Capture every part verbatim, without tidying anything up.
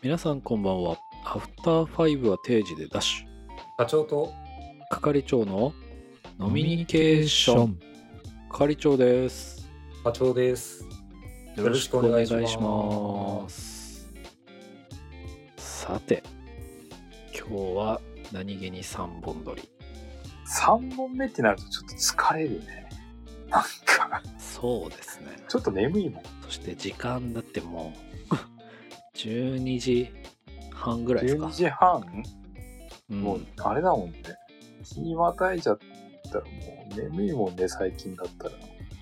皆さんこんばんは。アフターファイブは定時でダッシュ。 課長と係長のノミニケーション。係長です。 課長です。 よろしくお願いします。さて、今日は何気にさんぼん撮り。 さんぼんめってなるとちょっと疲れるね。なんかそうですね。 ちょっと眠いもん。 そして時間だってもうじゅうにじはんぐらいですか。 じゅうにじはん、うん、もうあれだもんね。日またいじゃったらもう眠いもんね、最近だったら。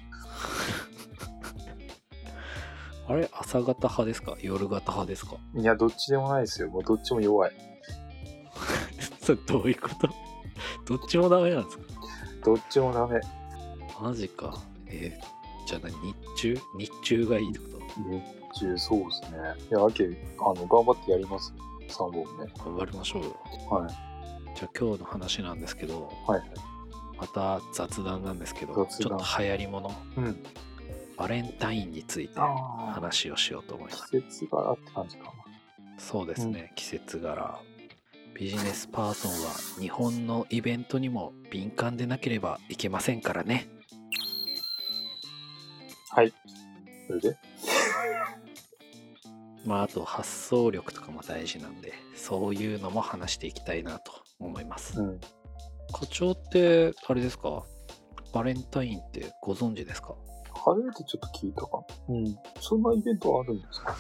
あれ、朝方派ですか、夜型派ですか？ いや、どっちでもないですよ。もうどっちも弱い。 それどういうこと？どっちもダメなんですか？ どっちもダメ。 マジか。えー、じゃあ何、日中日中がいいってこと？ 日中、そうですね。いや、あけ、あの、頑張ってやります。さんぼんめ。 頑張りましょうよ。 はい。 じゃあ今日の話なんですけど、 はいはい。 また雑談なんですけど、ちょっと流行りもの、うん、バレンタインについて話をしようと思います。 季節柄って感じかな。 そうですね、うん、季節柄。ビジネスパーソンは日本のイベントにも敏感でなければいけませんからね。 はい。それでまああと発想力とかも大事なんで、そういうのも話していきたいなと思います。うん、課長ってあれですか？バレンタインってご存知ですか？ 初めてちょっと聞いたかな。うん。そんなイベントはあるんですか？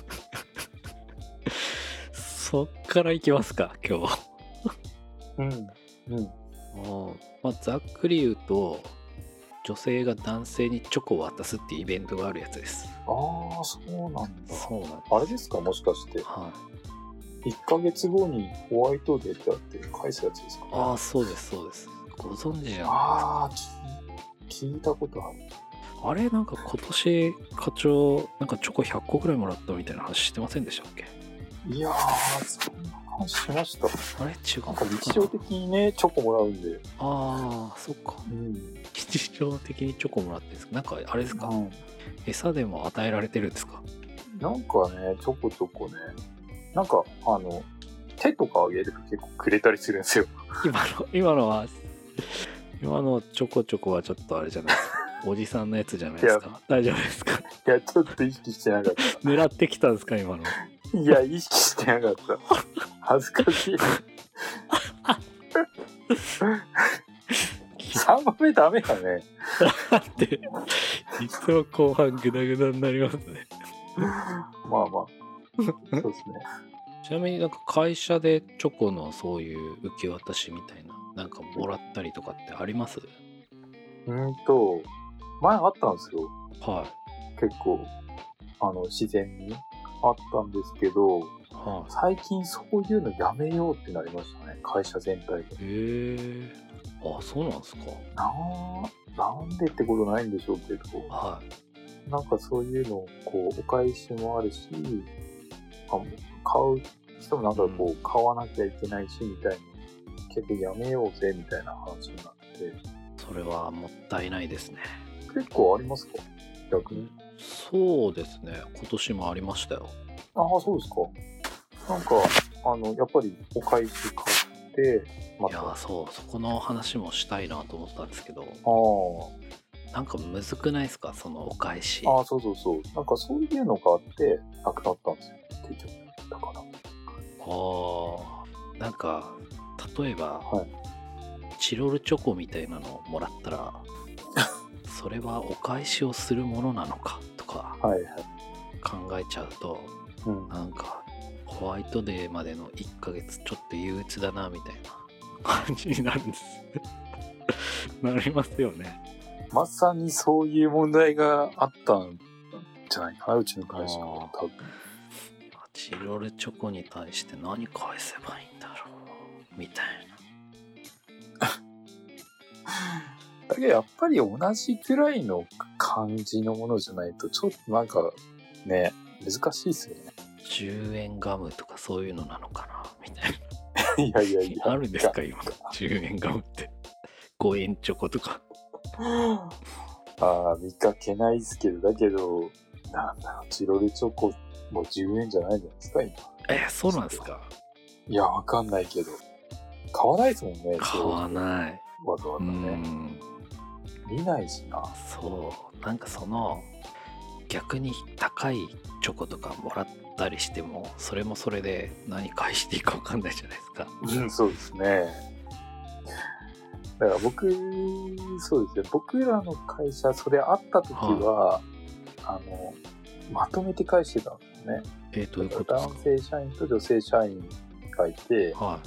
そっからいきますか、今日。 うん。うん。 まあ、ざっくり言うと、女性が男性にチョコを渡すっていうイベントがあるやつです。 ああ、そうなんだ。 そうなんです。 あれですか、もしかして。はい。いっかげつごにホワイトデーってあって返すやつですか？ ああ、そうです、そうです。ご存知じゃないですか。 ああ、聞いたことある。 あれ、なんか今年課長なんかチョコひゃっこぐらいもらったみたいな話してませんでしたっけ？ いやー、そんな話しました。 あれ違う。 なんか日常的にね、チョコもらうんで。 ああ、そっか。うん。日常的にチョコもらってるんですか？なんかあれですか、うん、餌でも与えられてるんですか？ なんかね、ちょこちょこね。なんか、あの、手とかあげると結構くれたりするんですよ。 今の、今のは、今のちょこちょこはちょっとあれじゃないですか。おじさんのやつじゃないですか。大丈夫ですか？ いや、ちょっと意識してなかった。 狙ってきたんですか、今の。 いや、意識してなかった。恥ずかしい。さんぼんめダメだね。 だって、いつも後半グダグダになりますね。 まあまあ。そうですね。 ちなみになんか会社でチョコのそういう受け渡しみたいな、なんかもらったりとかってあります？ うんと、前あったんですよ。 はい。 結構、あの、自然にあったんですけど、はい、最近そういうのやめようってなりましたね、会社全体で。 へー。あ、そうなんですか。 ななんでってことないんでしょうけど、はい、なんかそういうのをこうお返しもあるし、あ、買う人もなんかこう買わなきゃいけないしみたいな、結構やめようぜみたいな話になって。 それはもったいないですね。 結構ありますか？逆に。 そうですね、今年もありましたよ。 ああ、そうですか。なんかあのやっぱりお返し買って、 ま、いやそう、そこの話もしたいなと思ったんですけど、あ、なんかむずくないですか、そのお返し。 ああ、そうそうそう。なんかそういうのがあってなくなったんですよ、結局。だから。 ああ、なんか例えば、はい、チロルチョコみたいなのをもらったらそれはお返しをするものなのかとか考えちゃうと、はいはい、なんかホワイトデーまでのいっかげつちょっと憂鬱だなみたいな感じになるんですなりますよね。 まさにそういう問題があったんじゃないかな、うちの会社は。多分チロルチョコに対して何返せばいいんだろうみたいなだけどやっぱり同じくらいの感じのものじゃないとちょっとなんかね、難しいですよね。 じゅうえんガムとかそういうのなのかなみたいな。 いやいやいや。 あるんですか今。じゅうえんガムって。ごえんチョコとか。 ああ、見かけないですけど、だけど、なんだろう、チロルチョコもじゅうえんじゃないんじゃないですか今。 え、そうなんですか？ いや、わかんないけど。買わないですもんね。 買わない。 わざわざね。うん、見ないしな。 そう。なんかその、逆に高いチョコとかもらったりしても、それもそれで何返していいかわかんないじゃないですか。 うん、そうですね。だから僕、そうですね。僕らの会社、それあった時は、はい、あの、まとめて返してたんですね。 えー、どういうことですか？ 男性社員と女性社員がいて、はい、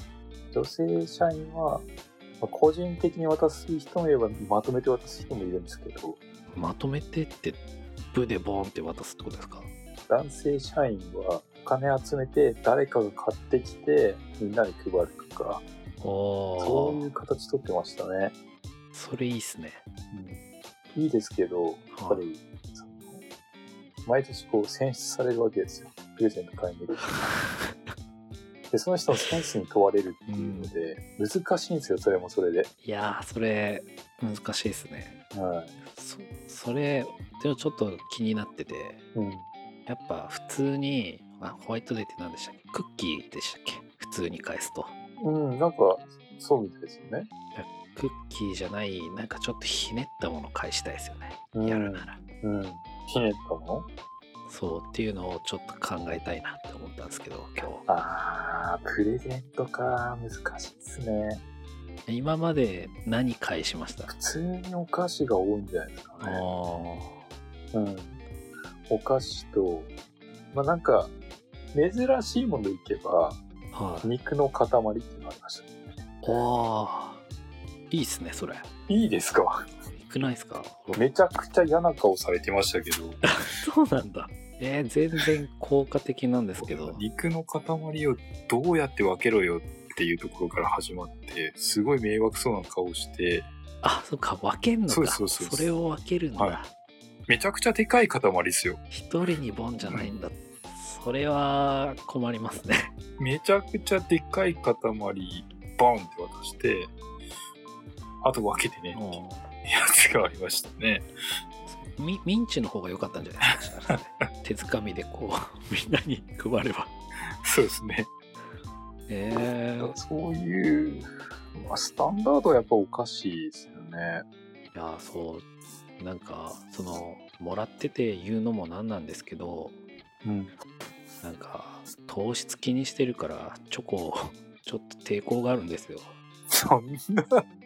女性社員は、個人的に渡す人もいれば、まとめて渡す人もいるんですけど。 まとめてって、部でボーンって渡すってことですか？ 男性社員はお金集めて、誰かが買ってきて、みんなに配るとか、そういう形取ってましたね。 それいいっすね。 うん、いいですけど、やっぱり、はい、その毎年こう選出されるわけですよ。プレゼント買いに行く。で、その人のセンスに問われるっていうので、うん、難しいんですよ、それもそれで。 いやー、それ、難しいですね。 はい。 そ、それ、でもちょっと気になってて、うん、やっぱ普通に、あ、ホワイトデーって何でしたっけ？クッキーでしたっけ？普通に返すと。 うん、なんか、そうみたいですよね。 クッキーじゃない、なんかちょっとひねったもの返したいですよね。うん、やるなら。 うん。ひねったもの？ そうっていうのをちょっと考えたいなって思ったんですけど、今日。 あー、プレゼントか、難しいですね。 今まで何返しました？ 普通にお菓子が多いんじゃないですかね。あうん。お菓子と、まあなんか、珍しいものでいけば、はい、肉の塊っていうのがありましたね。 ああ、いいっすね、それ。 いいですか？ いくないですか？ めちゃくちゃ嫌な顔されてましたけど。 そうなんだ。えー、全然効果的なんですけど。 肉の塊をどうやって分けろよっていうところから始まって、すごい迷惑そうな顔して。 あ、そっか、分けんのか。 そうそうそう。 それを分けるんだ。はい、 めちゃくちゃでかい塊ですよ。 一人にボンじゃないんだ。うん、それは困りますね。 めちゃくちゃでかい塊、ボンって渡して、あと分けてねっていうやつがありましたね。 ミ, ミンチの方が良かったんじゃないですか、ね、手づかみでこうみんなに配れば。 そうですね。えー、そういう、まあ、スタンダードはやっぱおかしいですよね。 いやそうなんかそのもらってて言うのもなんなんですけど、うん、なんか糖質気にしてるからチョコちょっと抵抗があるんですよ。 そんな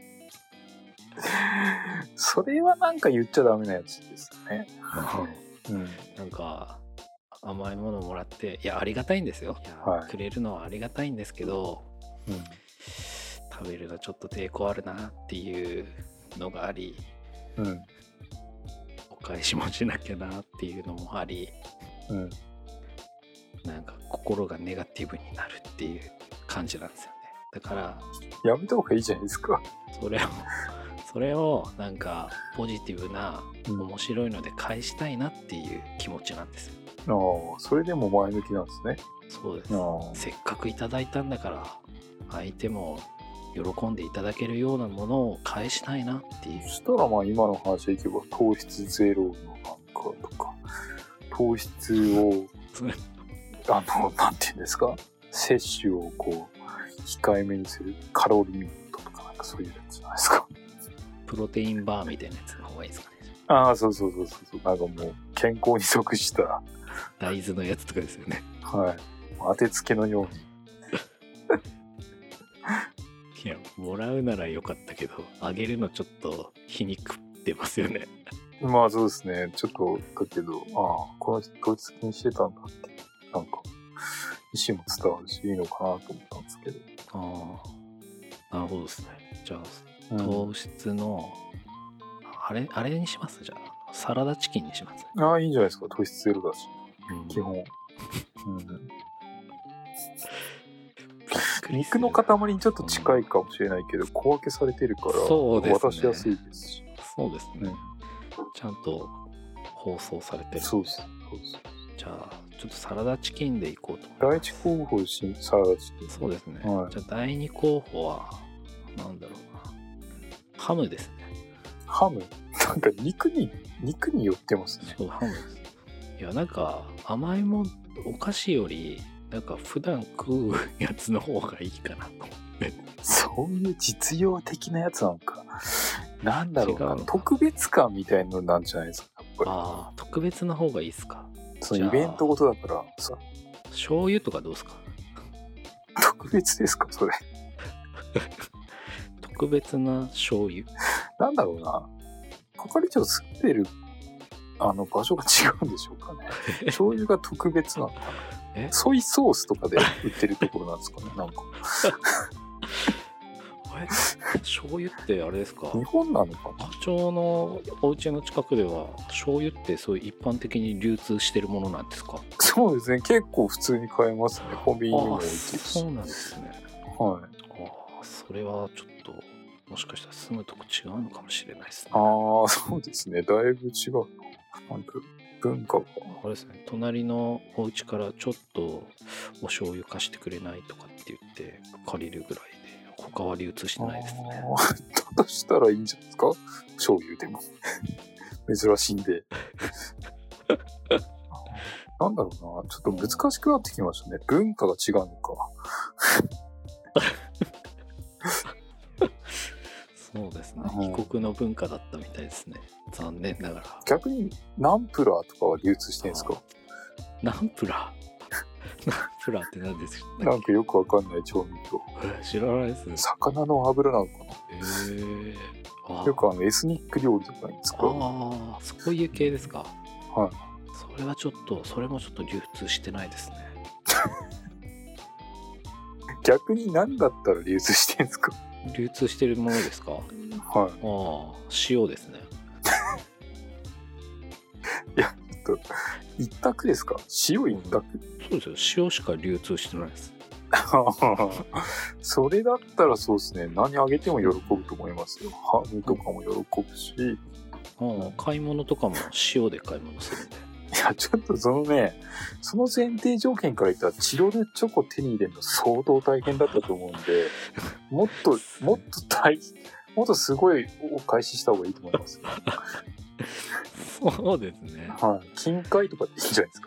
それはなんか言っちゃダメなやつですね。 うん、なんか甘いものもらっていやありがたいんですよ。いや、はい、くれるのはありがたいんですけど、うん、食べるのちょっと抵抗あるなっていうのがあり、うん、お返しもしなきゃなっていうのもあり、うん、なんか心がネガティブになるっていう感じなんですよね。だからやめた方がいいじゃないですか。 それをそれをなんかポジティブな面白いので返したいなっていう気持ちなんですよ。 ああ、それでも前向きなんですね。 そうです。せっかくいただいたんだから相手も喜んでいただけるようなものを返したいなっていう。 そしたらまあ今の話でいけば糖質ゼロのなんかとか糖質をあのなんていうんですか、摂取をこう控えめにするカロリーミットとかなんかそういうやつじゃないですか。 プロテインバーみたいなやつの方がいいですかね。 ああ、そうそうそうそう、なんかもう健康に即した大豆のやつとかですよね。 はい。当てつけのように。 いや、もらうならよかったけど、あげるのちょっと皮肉ってますよね。 まあそうですね。ちょっとだけど、ああ、この人糖質気にしてたんだって、なんか意思も伝わるしいいのかなと思ったんですけど。 ああ、なるほどですね。じゃあ糖質の、うん、あれあれにします。じゃあサラダチキンにします。 ああ、いいんじゃないですか。糖質ゼロだし、うん、基本。うん肉の塊にちょっと近いかもしれないけど、小分けされてるから渡しやすいですし。 そうですね、うん、ちゃんと包装されてる。 そうです。そうです。 じゃあちょっとサラダチキンでいこうと思います。第一候補しサラダチキン。 そうですね、はい、じゃあ第二候補はなんだろうな、ハムですね。 ハムなんか肉に肉に寄ってますね。 そう、ハムです。いやなんか甘いもんお菓子よりなんか普段食うやつの方がいいかなと思って。 そういう実用的なやつなのか。なんだろうな、特別感みたいのなんじゃないですか、やっぱり。 ああ、特別な方がいいですか。 そのイベントごとだからさ。 醤油とかどうですか。 特別ですか、それ。 特別な醤油。 なんだろうな。係長住んでるあの場所が違うんでしょうかね。醤油が特別なのかな。えソイソースとかで売ってるところなんですかね、なんか。 え醤油ってあれですか。 日本なのかな。 課長のお家の近くでは醤油ってそういう一般的に流通してるものなんですか。 そうですね、結構普通に買えますね。コンビニにも置いてるし。 そうなんですね。 はい。 あ、それはちょっともしかしたら住むとこ違うのかもしれないですね。 ああ、そうですね、だいぶ違う。なんか文化があれですね、隣のお家からちょっとお醤油貸してくれないとかって言って借りるぐらいで他は流通してないですね。 だとしたらいいんじゃないですか、醤油でも珍しいんでなんだろうな、ちょっと難しくなってきましたね。文化が違うのかそうですね、異国の文化だったみたいですね、残念ながら。 逆にナンプラーとかは流通してるんですか。 ナンプラーナンプラーって何ですか。 なんかよくわかんない調味料。 知らないですね。 魚の油なのかな。 へえー。 よくあのエスニック料理とかに使う。 ああ、そういう系ですか。 はい。 それはちょっと、それもちょっと流通してないですね。 逆に何だったら流通してんですか。 流通してるものですか。はい。ああ、塩ですね。 いや、ちょっと一択ですか。塩一択。 そうですよ。塩しか流通してないです。 それだったらそうですね。何あげても喜ぶと思いますよ。ハムとかも喜ぶし。 うん、買い物とかも塩で買い物するんで。 いや、ちょっとそのね、その前提条件から言ったらチロルチョコ手に入れるの相当大変だったと思うんで、もっと、もっと大、もっとすごいお返しした方がいいと思います。 そうですね。 はい。金塊とかでいいんじゃないですか。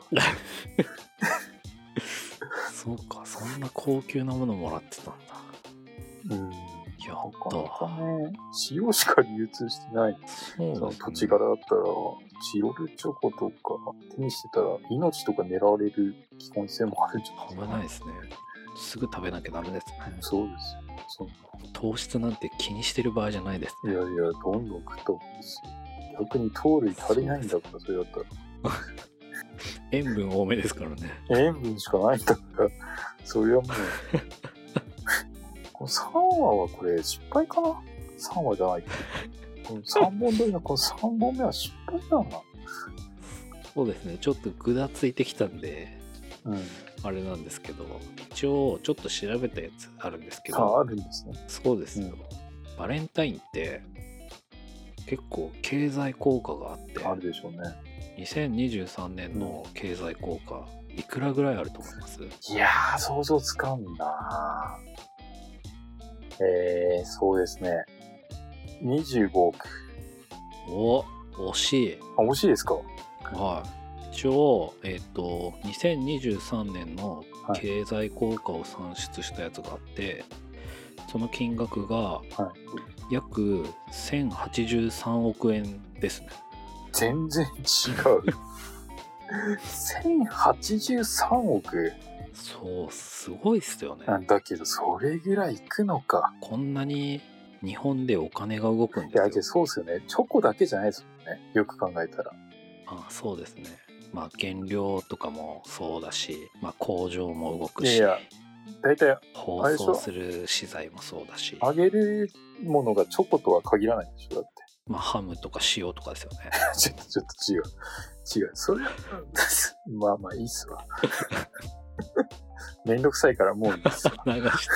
そうか、そんな高級なものもらってたんだ。 うん。 やっなかなかね、塩しか流通してない。そうですね、その土地柄だったら、チロルチョコとか手にしてたら、命とか狙われる危険性もあるんじゃないですか。 危ないですね。すぐ食べなきゃダメですね。 そうですよ。 糖質なんて気にしてる場合じゃないですね。 いやいや、どんどん食った方がいいですよ。逆に糖類足りないんだから、それだったら。 塩分多めですからね。 塩分しかないんだから、それはもう。このさんわはこれ失敗かな ?さん 話じゃない。このさんぼん撮りのこのさんぼんめは失敗だな。 そうですね。ちょっとぐだついてきたんで、うん、あれなんですけど、一応ちょっと調べたやつあるんですけど。 あ、あるんですね。 そうですよ。うん、バレンタインって結構経済効果があって。 あるでしょうね。 にせんにじゅうさんねんの経済効果、うん、いくらぐらいあると思います？ いやー、想像つかんな。えー、そうですね。にじゅうごおく。 お、惜しい。 あ、惜しいですか？ はい。一応、えっと、にせんにじゅうさんねんの経済効果を算出したやつがあって、はい、その金額が約せんはちじゅうさんおくえんですね。 全然違う。せんはちじゅうさんおく。 そう、すごいっすよね。 だけど、それぐらいいくのか。 こんなに日本でお金が動くんですよ。 いや、そうですよね。チョコだけじゃないですもんね。よく考えたら。 ああ、そうですね。まあ、原料とかもそうだし、まあ、工場も動くし、 いや、大体、 包装する資材もそうだし。 あげるものがチョコとは限らないでしょ、だって。 まあ、ハムとか塩とかですよね。 ちょっと、ちょっと違う。違う。それは、まあまあいいっすわ。めんどくさいからもういいっすわ。 流した。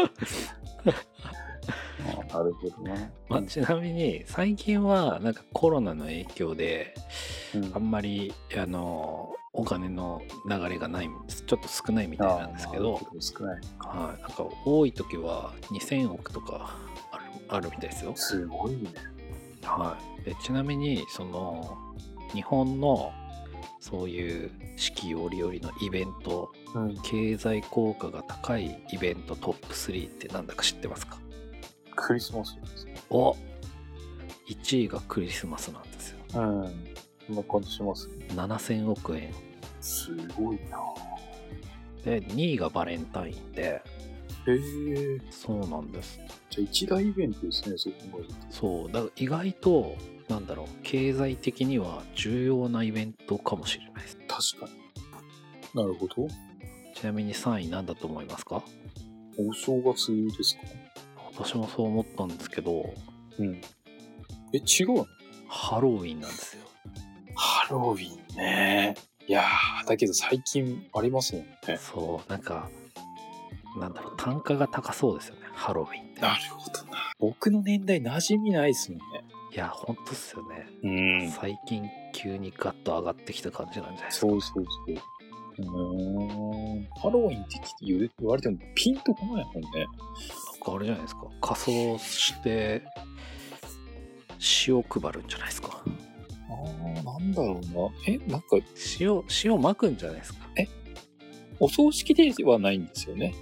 なるほどね。 まあ、ちなみに最近はなんかコロナの影響で、うん、あんまりあのお金の流れがない、ちょっと少ないみたいなんですけど、 少ない。 はい、なんか多い時はにせんおくとかあるあるみたいですよ。 すごいね。 はい。でちなみにその日本のそういう四季折々のイベント、 うん、 経済効果が高いイベントトップスリーってなんだか知ってますか？ クリスマスですか？ おいちいがクリスマスなんですよ。 うん。そんな感じしますね。 ななせんおくえん。 すごいな。 で、にいがバレンタインで。 へえ。 そうなんです。 じゃあ一大イベントですね、そう考えると。 そう、だから意外と、なんだろう、経済的には重要なイベントかもしれないです。 確かに。なるほど。 ちなみにさんい何だと思いますか？ お正月ですか？ 私もそう思ったんですけど。 うん。え、違うの？ ハロウィンなんですよ。 ハロウィンね。いやー、だけど最近ありますもんね。 そう、なんか、なんだろう、単価が高そうですよね、ハロウィンって。 なるほどな。僕の年代馴染みないですもんね。 いや、ほんとっすよね。 うん。 最近急にガッと上がってきた感じなんじゃないですか、ね。 そうそうそう。うーん。ハロウィンって言われてもピンとこないもんね。 なんかあれじゃないですか。仮装して塩配るんじゃないですか。 ああ、なんだろうな。え、なんか塩、塩まくんじゃないですか。 え、お葬式ではないんですよね。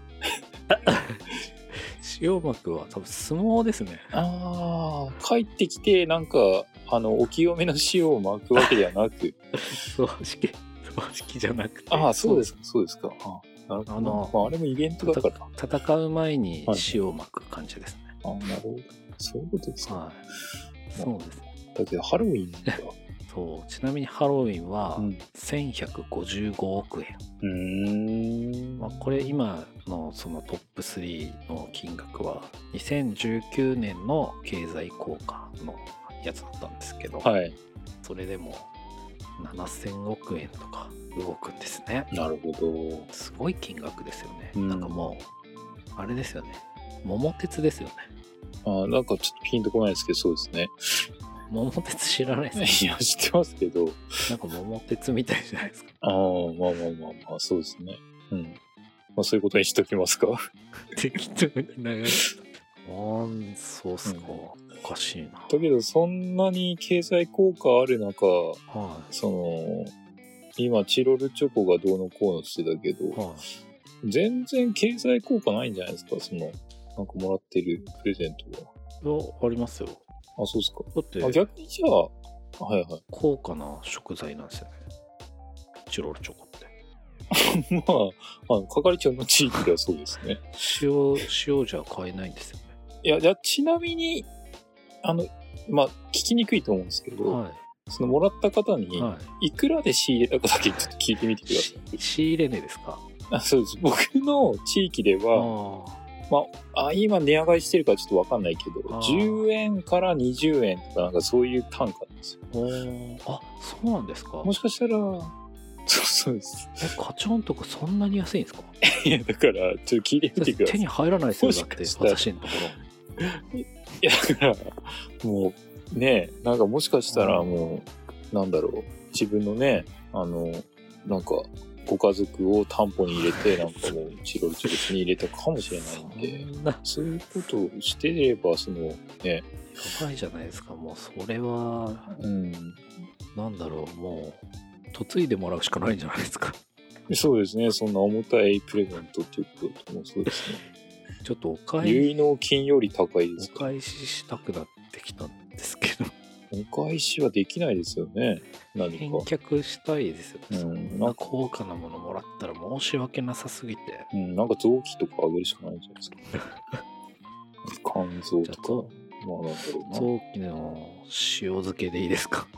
塩まくは多分相撲ですね。 ああ、帰ってきてなんかあのお清めの塩をまくわけではなく、 葬式、葬式じゃなくて。 ああ、そうですか、そうですか。ああ、なるほど。あの、まあ、あれもイベントだから。 戦う前に塩をまく感じですね。 はい、ああ、なるほど。そういうことですか。 はい。そうです。 だけどハロウィンだ。 そう、ちなみにハロウィンはせんひゃくごじゅうごおくえん。 うーん。 まあ、これ今のそのトップスリーの金額はにせんじゅうきゅうねんの経済効果のやつだったんですけど、 はい、 それでもななせんおくえんとか動くんですね。 なるほど。 すごい金額ですよね。 うん、 なんかもうあれですよね。桃鉄ですよね。 ああ、なんかちょっとピンとこないですけど、そうですね。 桃鉄知らないですか？ いや、知ってますけど。 なんか桃鉄みたいじゃないですか。 ああ、まあまあまあまあ、そうですね。うん。まあそういうことにしときますか。 適当に流した。あん、そうっすか、うん。おかしいな。 だけど、そんなに経済効果ある中、はい、その、今、チロルチョコがどうのこうのしてたけど、はい、全然経済効果ないんじゃないですか、その、なんかもらってるプレゼントは。 いや、ありますよ。 あ、そうですか。 だって、 あ、逆にじゃあ、はいはい。 高価な食材なんですよね。チロルチョコって。 まあ、あの、係長の地域ではそうですね。 塩、塩じゃ買えないんですよね。 いや、じゃあちなみに、あの、まあ、聞きにくいと思うんですけど、はい、そのもらった方に、いくらで仕入れたかだけちょっと聞いてみてください。 仕入れ値ですか？ あ、そうです。僕の地域では、まあ、あ、今値上がりしてるからちょっとわかんないけど、じゅうえんからにじゅうえんとかなんかそういう単価なんですよ。 あ、そうなんですか？ もしかしたら、そうそうです。 え、カチョンとかそんなに安いんですか？ いや、だから、ちょっと聞いてみてください。 手に入らないですよ、だって、私のところ。 いや、だから、もう、ね、なんかもしかしたらもう、なんだろう、自分のね、あの、なんか、ご家族を担保に入れて、なんかもう、チロルチョコに入れたかもしれないんで、そ, そういうことをしてれば、その、ね。 やばいじゃないですか、もう、それは、うん、なんだろう、もう、嫁いでもらうしかないんじゃないですか。 そうですね、そんな重たいプレゼントっていうこともそうですね。 ちょっとお返し、 結納金より高いですか。お返ししたくなってきたんですけど。 お返しはできないですよね。何か。 返却したいですよね。うん、そんな高価なものもらったら申し訳なさすぎて。 うん、なんか臓器とかあげるしかないんじゃないですか。肝臓とか。まあなんだろうな。 臓器の塩漬けでいいですか？ うん。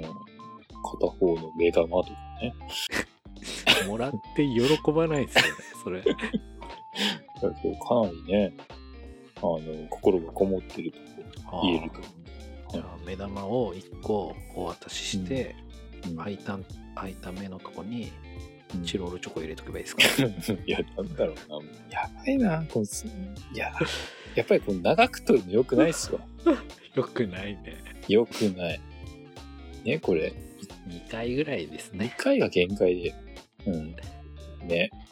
片方の目玉とかね。 もらって喜ばないですよね、それ。 かなりね、あの、心がこもってると言えると思う。 じゃあ目玉をいっこお渡しして、うん、空いた、空いた目のとこにチロルチョコ入れとけばいいですか？ いや、なんだろうな。やばいな。このいや、やっぱりこの長く取るの良くないっすわ。 良くないね。 良くない。ね、これ。 にかいぐらいですね。 にかいが限界で。うん。ね。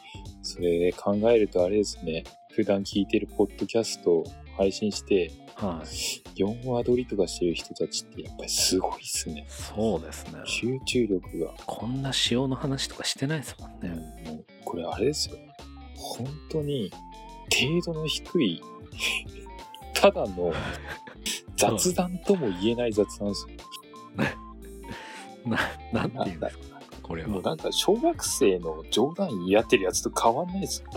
それ考えるとあれですね。普段聞いてるポッドキャストを配信して、はい、よんわ撮りとかしてる人たちってやっぱりすごいっすね。 そうですね。 集中力が。 こんな塩の話とかしてないですもんね。 うん、もうこれあれですよ。本当に程度の低いただの雑談とも言えない雑談ですよ。 な、なんていうんですかこれは。 もうなんか小学生の冗談言い合ってるやつと変わんないですよ。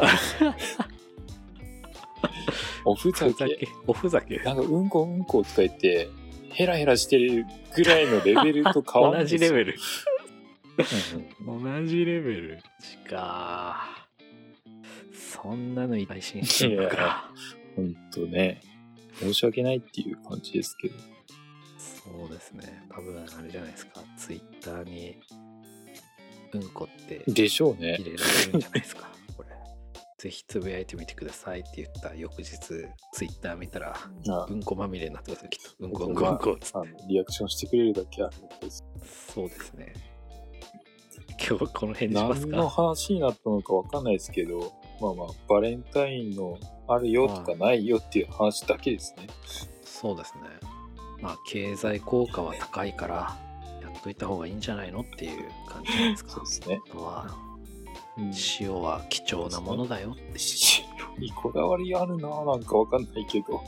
おふざけ。 おふざけ。 なんかうんこうんことか言ってヘラヘラしてるぐらいのレベルと変わんないですよ。 同じレベル。同じレベルか。そんなの配信してるのか。 ほんとね。申し訳ないっていう感じですけど。 そうですね。多分あれじゃないですか。ツイッターにうんこってでしょうね。 入れられるんじゃないですか。これ。ぜひつぶやいてみてくださいって言った翌日ツイッター見たらうんこまみれになってますよきっと。うんこうんこうんこっつって。 リアクションしてくれるだけあるんです。 そうですね。今日はこの辺にしますか。 何の話になったのかわかんないですけど、まあまあバレンタインのあるよとかないよっていう話だけですね。 そうですね。まあ経済効果は高いからやっといた方がいいんじゃないのっていう感じじゃないですか。 そうですね。 あとは、うん、塩は貴重なものだよって。 塩にこだわりあるなぁ、なんかわかんないけど。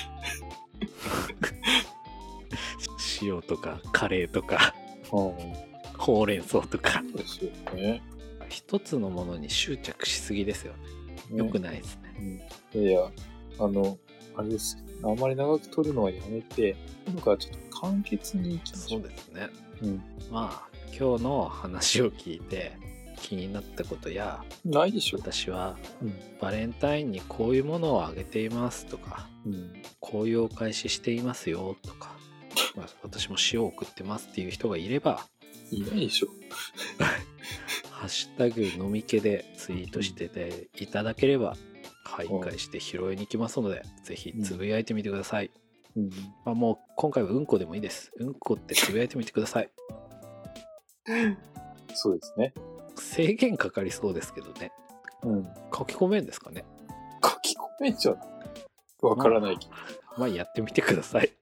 塩とかカレーとか、うん、ほうれん草とか。 ですよね。 一つのものに執着しすぎですよね。よくないですね。 うん、いやいや、あの、あれです。あんまり長く撮るのはやめて、今からちょっと簡潔にいきましょう。 そうですね。 うん、 まあ、今日の話を聞いて気になったことや、 ないでしょ。 私は、うん、バレンタインにこういうものをあげていますとか、うん、こういうお返ししていますよとか、まあ、私も塩を送ってますっていう人がいれば、 いないでしょ。 ハッシュタグ飲み気でツイートしてていただければ徘徊して拾いに行きますので、うん、ぜひつぶやいてみてください。うん、まあ、もう今回はうんこでもいいです。うんこってつぶやいてみてください。 そうですね。 制限かかりそうですけどね。うん、書き込めんですかね。 書き込めんじゃない。わからないけど。 まあ、まあやってみてください。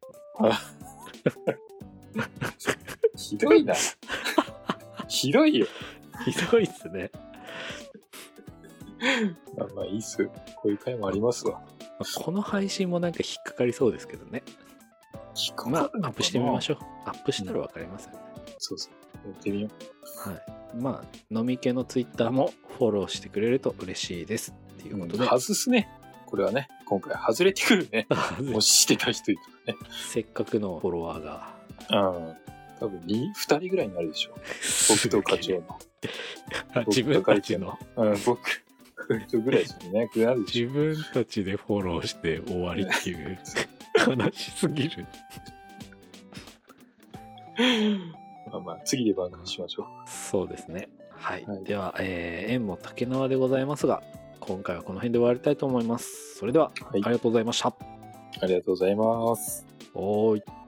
ひどいな。ひどいよ。 ひどいっすね。 まあまあいいっす。こういう回もありますわ。 この配信もなんか引っかかりそうですけどね。 引っかかるのかな。 まあアップしてみましょう。アップしたらわかりますよね、 うん。そうそう。やってみよう。はい。まあ飲み系のツイッターもフォローしてくれると嬉しいですっていうことで。 うん、外すね。これはね、今回外れてくるね。もししてた人いたらね。 せっかくのフォロワーが。 うん。多分に、ふたりぐらいになるでしょう。僕と課長の。 自分たちの。 うん、僕とぐらいしかいなくなるでしょ。自分たちでフォローして終わりっていう悲しすぎる。 まあまあ次で番組しましょう。 そうですね。はい。はい、では、えー、縁も竹縄でございますが、今回はこの辺で終わりたいと思います。それでは、はい、ありがとうございました。 ありがとうございます。 おーい。